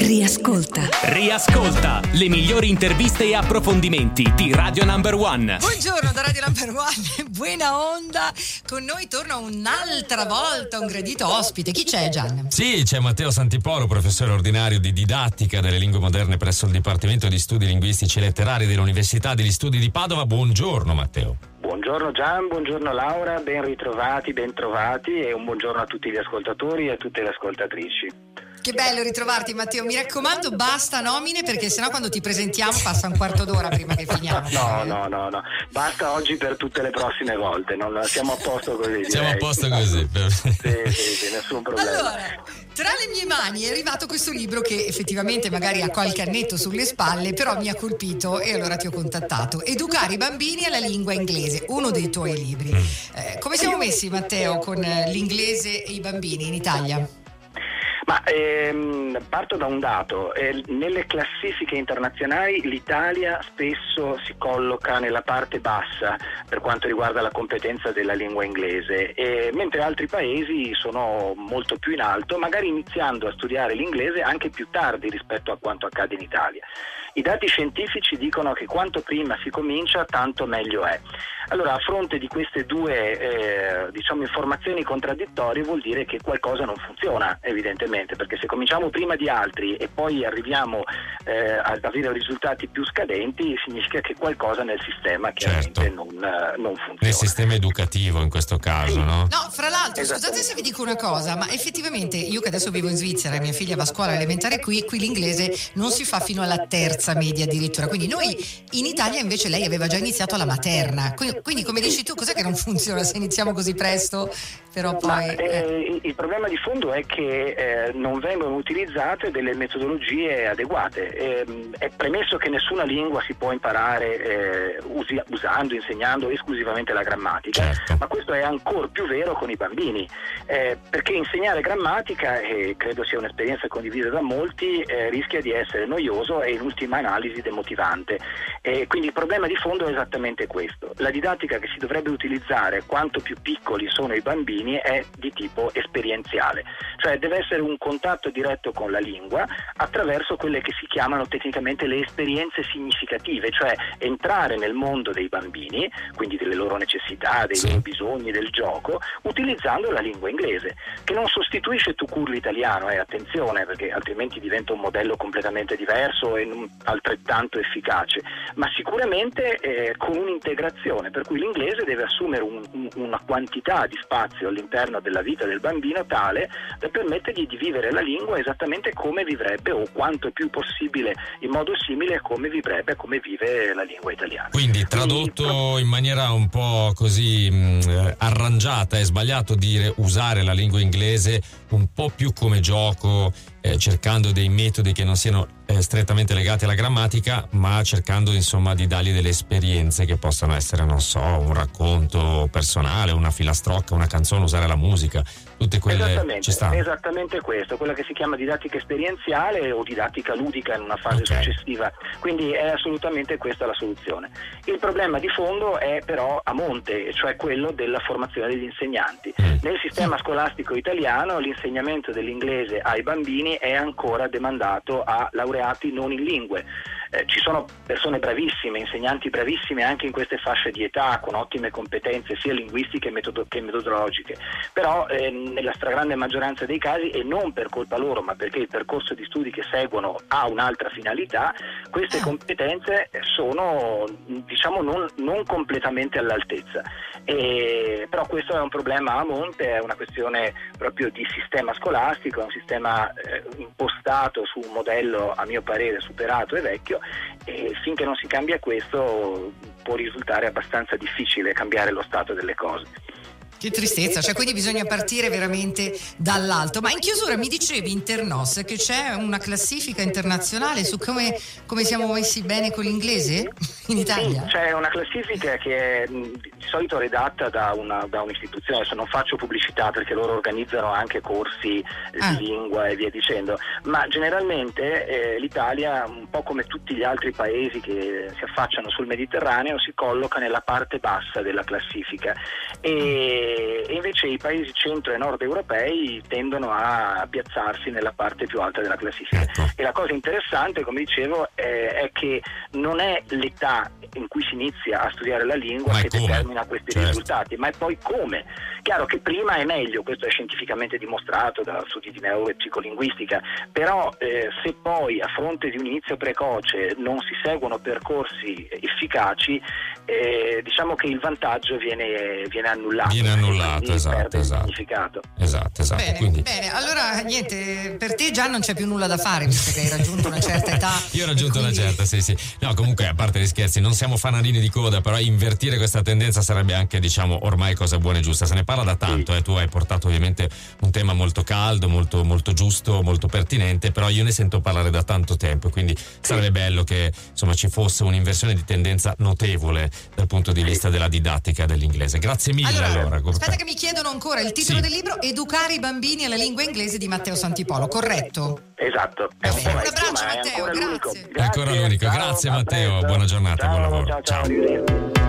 Riascolta le migliori interviste e approfondimenti di Radio Number One. Buongiorno da Radio Number One, buona onda. Con noi torna un'altra volta un gradito ospite. Chi c'è, Gian? Sì, c'è Matteo Santipolo, professore ordinario di didattica delle lingue moderne presso il Dipartimento di Studi Linguistici e Letterari dell'Università degli Studi di Padova. Buongiorno Matteo. Buongiorno Gian, buongiorno Laura, ben ritrovati, ben trovati e un buongiorno a tutti gli ascoltatori e a tutte le ascoltatrici. Che bello ritrovarti, Matteo. Mi raccomando, basta nomine, perché sennò quando ti presentiamo passa un quarto d'ora prima che finiamo. No. Basta oggi per tutte le prossime volte. Non siamo a posto così. Siamo a posto così. Sì, nessun problema. Allora, tra le mie mani è arrivato questo libro che effettivamente magari ha qualche annetto sulle spalle, però mi ha colpito e allora ti ho contattato. Educare i bambini alla lingua inglese, uno dei tuoi libri. Come siamo messi, Matteo, con l'inglese e i bambini in Italia? Ma parto da un dato, nelle classifiche internazionali l'Italia spesso si colloca nella parte bassa per quanto riguarda la competenza della lingua inglese, mentre altri paesi sono molto più in alto, magari iniziando a studiare l'inglese anche più tardi rispetto a quanto accade in Italia. I dati scientifici dicono che quanto prima si comincia, tanto meglio è. Allora, a fronte di queste due informazioni contraddittorie, vuol dire che qualcosa non funziona, evidentemente, perché se cominciamo prima di altri e poi arriviamo ad avere risultati più scadenti, significa che qualcosa nel sistema chiaramente non funziona. Nel sistema educativo in questo caso, sì. No? No, fra l'altro, scusate se vi dico una cosa, ma effettivamente io che adesso vivo in Svizzera e mia figlia va a scuola elementare qui l'inglese non si fa fino alla terza media addirittura, quindi noi in Italia invece lei aveva già iniziato alla materna, quindi come dici tu, cos'è che non funziona se iniziamo così presto? Però poi il problema di fondo è che non vengono utilizzate delle metodologie adeguate. È premesso che nessuna lingua si può imparare insegnando esclusivamente la grammatica, certo. Ma questo è ancora più vero con i bambini, perché insegnare grammatica, e credo sia un'esperienza condivisa da molti, rischia di essere noioso e in ultima analisi demotivante. Quindi il problema di fondo è esattamente questo. La didattica che si dovrebbe utilizzare quanto più piccoli sono i bambini è di tipo esperienziale, cioè deve essere un contatto diretto con la lingua attraverso quelle che si chiamano tecnicamente le esperienze significative, cioè entrare nel mondo dei bambini, quindi delle loro necessità, dei loro bisogni, del gioco, utilizzando la lingua inglese, che non sostituisce tout court l'italiano, attenzione, perché altrimenti diventa un modello completamente diverso e non altrettanto efficace, ma sicuramente con un'integrazione, per cui l'inglese deve assumere una quantità di spazio all'interno della vita del bambino tale da permettergli di vivere la lingua esattamente come vivrebbe, o quanto più possibile in modo simile a come vivrebbe, come vive la lingua italiana. Quindi tradotto in maniera un po' così arrangiata, è sbagliato dire usare la lingua inglese un po' più come gioco, cercando dei metodi che non siano strettamente legati alla grammatica, ma cercando insomma di dargli delle esperienze che possano essere, non so, un racconto personale, una filastrocca, una canzone, usare la musica, tutte quelle ci stanno. Esattamente questo, quella che si chiama didattica esperienziale o didattica ludica in una fase successiva, quindi è assolutamente questa la soluzione. Il problema di fondo è però a monte, cioè quello della formazione degli insegnanti. Nel sistema scolastico italiano l'insegnamento dell'inglese ai bambini è ancora demandato a laureati non in lingue. Ci sono persone bravissime, insegnanti bravissime anche in queste fasce di età, con ottime competenze sia linguistiche che metodologiche, però nella stragrande maggioranza dei casi, e non per colpa loro ma perché il percorso di studi che seguono ha un'altra finalità, queste competenze sono non completamente all'altezza. Però questo è un problema a monte, è una questione proprio di sistema scolastico, è un sistema impostato su un modello a mio parere superato e vecchio, e finché non si cambia questo può risultare abbastanza difficile cambiare lo stato delle cose. Che tristezza, cioè quindi bisogna partire veramente dall'alto. Ma in chiusura mi dicevi Internos che c'è una classifica internazionale su come siamo messi bene con l'inglese in Italia? Sì, c'è una classifica che è di solito redatta da un'istituzione, adesso non faccio pubblicità perché loro organizzano anche corsi di lingua e via dicendo, ma generalmente l'Italia, un po' come tutti gli altri paesi che si affacciano sul Mediterraneo, si colloca nella parte bassa della classifica e e invece i paesi centro e nord europei tendono a piazzarsi nella parte più alta della classifica. Ecco. E la cosa interessante, come dicevo, è che non è l'età in cui si inizia a studiare la lingua che determina questi risultati, ma è poi come. Chiaro che prima è meglio, questo è scientificamente dimostrato da studi di neuro e psicolinguistica, però se poi a fronte di un inizio precoce non si seguono percorsi efficaci, diciamo che il vantaggio viene annullato. Viene annullato, esatto. Significato. Esatto. Bene, allora niente, per te già non c'è più nulla da fare, visto che hai raggiunto una certa età. Io ho raggiunto una certa, sì. No, comunque, a parte gli scherzi, non siamo fanalini di coda, però invertire questa tendenza sarebbe anche, diciamo, ormai cosa buona e giusta. Se ne parla da tanto, tu hai portato ovviamente un tema molto caldo, molto, molto giusto, molto pertinente, però io ne sento parlare da tanto tempo, quindi sarebbe bello che insomma ci fosse un'inversione di tendenza notevole dal punto di vista della didattica dell'inglese. Grazie mille. Allora aspetta che mi chiedono ancora il titolo del libro: Educare i bambini alla lingua inglese di Matteo Santipolo, corretto? Esatto. Un abbraccio Matteo, grazie. È ancora l'unico. Grazie Matteo, buona giornata, buon lavoro. Ciao.